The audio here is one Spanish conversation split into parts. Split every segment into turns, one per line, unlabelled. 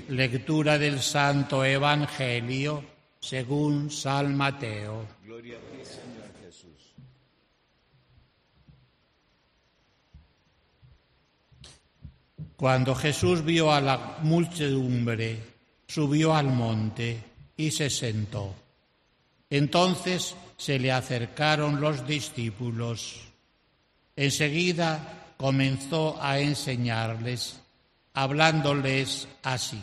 Lectura del Santo Evangelio según San Mateo.
Gloria a ti, Señor Jesús.
Cuando Jesús vio a la muchedumbre, subió al monte y se sentó. Entonces se le acercaron los discípulos. Enseguida comenzó a enseñarles, hablándoles así: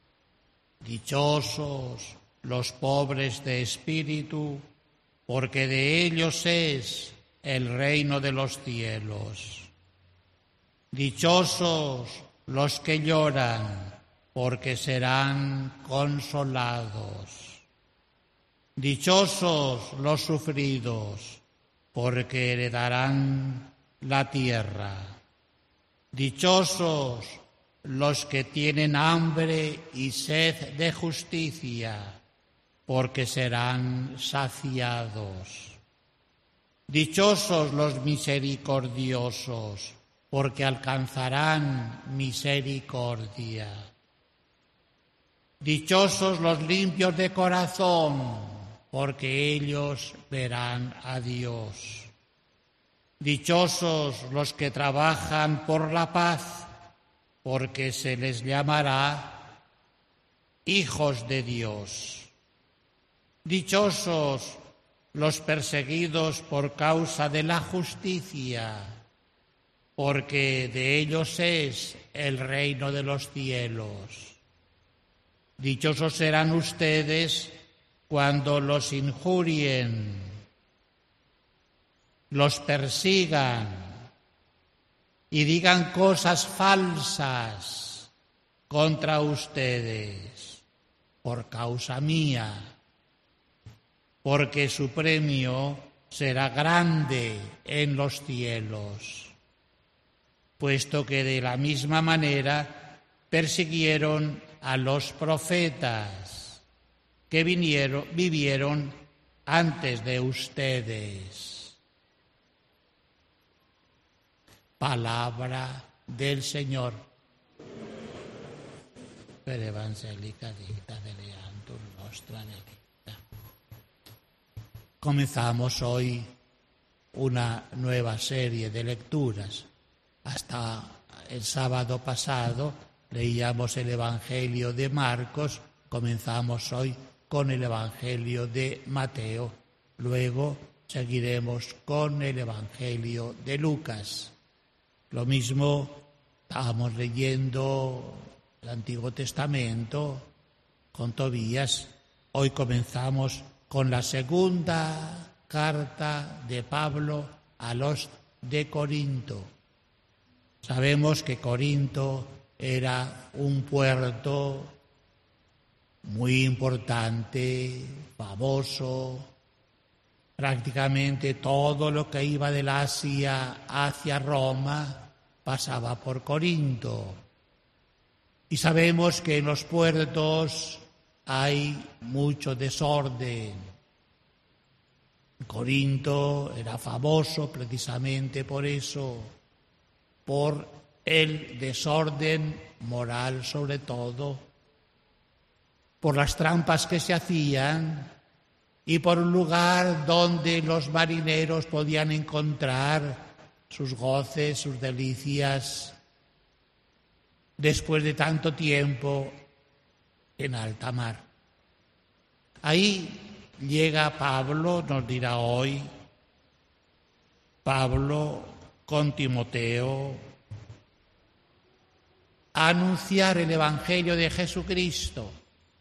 Dichosos los pobres de espíritu, porque de ellos es el reino de los cielos. Dichosos los que lloran, porque serán consolados. Dichosos los sufridos, porque heredarán la tierra. Dichosos los que tienen hambre y sed de justicia, porque serán saciados. Dichosos los misericordiosos, porque alcanzarán misericordia. Dichosos los limpios de corazón, porque ellos verán a Dios. Dichosos los que trabajan por la paz, porque se les llamará hijos de Dios. Dichosos los perseguidos por causa de la justicia, porque de ellos es el reino de los cielos. Dichosos serán ustedes cuando los injurien, los persigan y digan cosas falsas contra ustedes por causa mía, porque su premio será grande en los cielos, puesto que de la misma manera persiguieron a los profetas que vivieron antes de ustedes. Palabra del Señor. Per evangelica dicta deleantur nostra delicta. Comenzamos hoy una nueva serie de lecturas. Hasta el sábado pasado leíamos el Evangelio de Marcos, comenzamos hoy con el Evangelio de Mateo, luego seguiremos con el Evangelio de Lucas. Lo mismo, estábamos leyendo el Antiguo Testamento con Tobías, hoy comenzamos con la segunda carta de Pablo a los de Corinto. Sabemos que Corinto era un puerto muy importante, famoso. Prácticamente todo lo que iba del Asia hacia Roma pasaba por Corinto. Y sabemos que en los puertos hay mucho desorden. Corinto era famoso precisamente por eso, por el desorden moral sobre todo, por las trampas que se hacían y por un lugar donde los marineros podían encontrar sus goces, sus delicias, después de tanto tiempo en alta mar. Ahí llega Pablo, nos dirá hoy, Pablo con Timoteo, a anunciar el Evangelio de Jesucristo.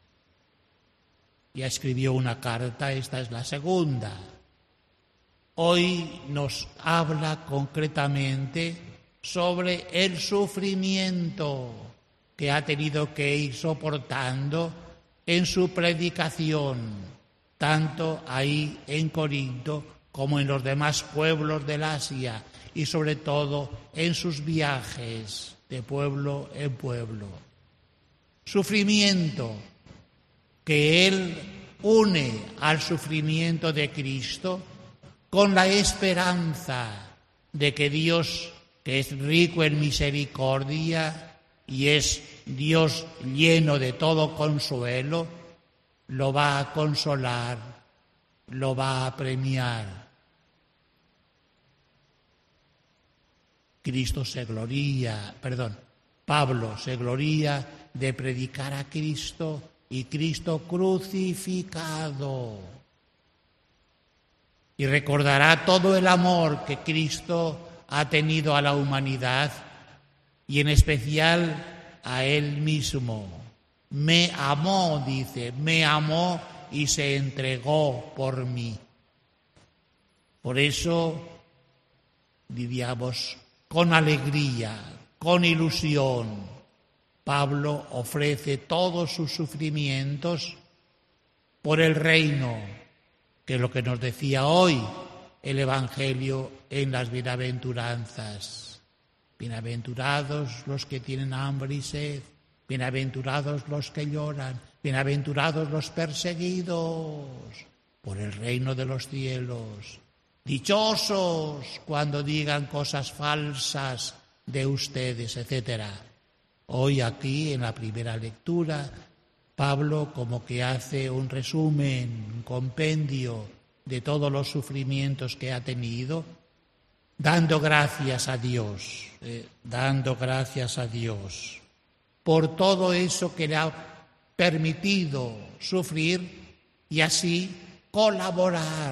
Ya escribió una carta, esta es la segunda. Hoy nos habla concretamente sobre el sufrimiento que ha tenido que ir soportando en su predicación, tanto ahí en Corinto como en los demás pueblos del Asia y sobre todo en sus viajes de pueblo en pueblo. Sufrimiento que él une al sufrimiento de Cristo con la esperanza de que Dios, que es rico en misericordia y es Dios lleno de todo consuelo, lo va a consolar, lo va a premiar. Pablo se gloría de predicar a Cristo y Cristo crucificado. Y recordará todo el amor que Cristo ha tenido a la humanidad y en especial a Él mismo. Me amó, dice, me amó y se entregó por mí. Por eso, diríamos, con alegría, con ilusión, Pablo ofrece todos sus sufrimientos por el reino, que es lo que nos decía hoy el Evangelio en las bienaventuranzas. Bienaventurados los que tienen hambre y sed, bienaventurados los que lloran, bienaventurados los perseguidos por el reino de los cielos. Dichosos cuando digan cosas falsas de ustedes, etc. Hoy aquí, en la primera lectura, Pablo como que hace un resumen, un compendio de todos los sufrimientos que ha tenido, dando gracias a Dios por todo eso que le ha permitido sufrir y así colaborar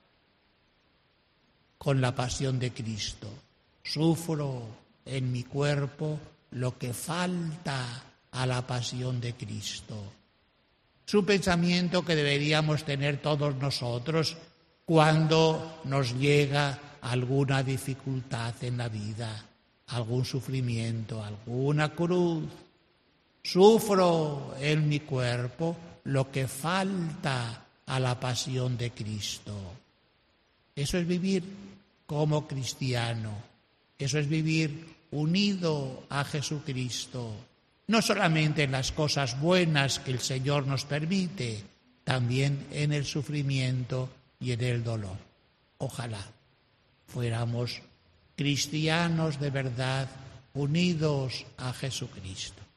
con la pasión de Cristo. Sufro en mi cuerpo lo que falta a la pasión de Cristo. Es un pensamiento que deberíamos tener todos nosotros cuando nos llega alguna dificultad en la vida, algún sufrimiento, alguna cruz. Sufro en mi cuerpo lo que falta a la pasión de Cristo. Eso es vivir como cristiano, eso es vivir unido a Jesucristo, no solamente en las cosas buenas que el Señor nos permite, también en el sufrimiento y en el dolor. Ojalá fuéramos cristianos de verdad unidos a Jesucristo.